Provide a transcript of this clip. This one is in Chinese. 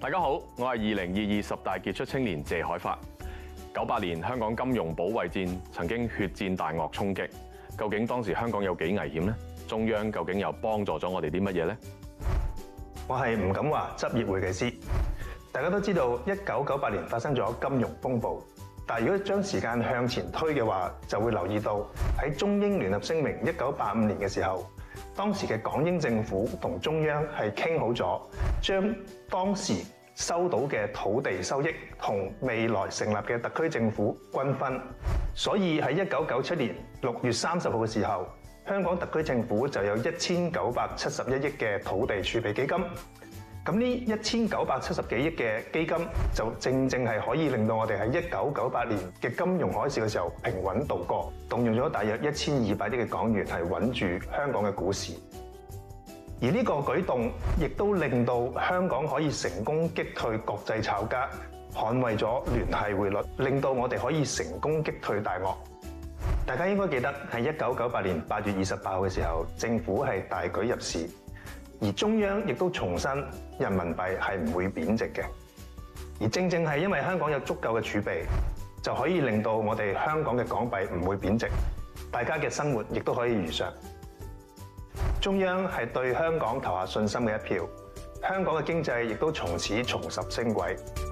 大家好，我係2022十大傑出青年謝海發。98年香港金融保衛戰曾經血戰大鱷衝擊，究竟當時香港有幾危險呢？中央究竟又幫助咗我哋啲乜嘢呢？ 我係吳錦華，執業會計師。大家都知道1998年發生咗金融風暴，但係如果將時間向前推嘅話，就會留意到喺中英聯合聲明1985年嘅時候，當時嘅港英政府同中央係傾好咗，將當時收到嘅土地收益同未來成立嘅特區政府均分。所以喺1997年6月30號嘅時候，香港特區政府就有1971億嘅土地儲備基金。咁呢1970幾億嘅基金就正係可以令到我哋喺1998年嘅金融海嘯嘅時候平穩度過，動用咗大約1200億嘅港元係穩住香港嘅股市。而呢個舉動亦都令到香港可以成功擊退國際炒家，捍衛咗聯繫匯率，令到我哋可以成功擊退大鱷。大家應該記得喺1998年8月28號嘅時候，政府係大舉入市。而中央亦都重申人民幣係唔會貶值嘅，而正係因為香港有足夠嘅儲備，就可以令到我哋香港嘅港幣唔會貶值，大家嘅生活亦都可以如常。中央係對香港投下信心嘅一票，香港嘅經濟亦都從此重拾升軌。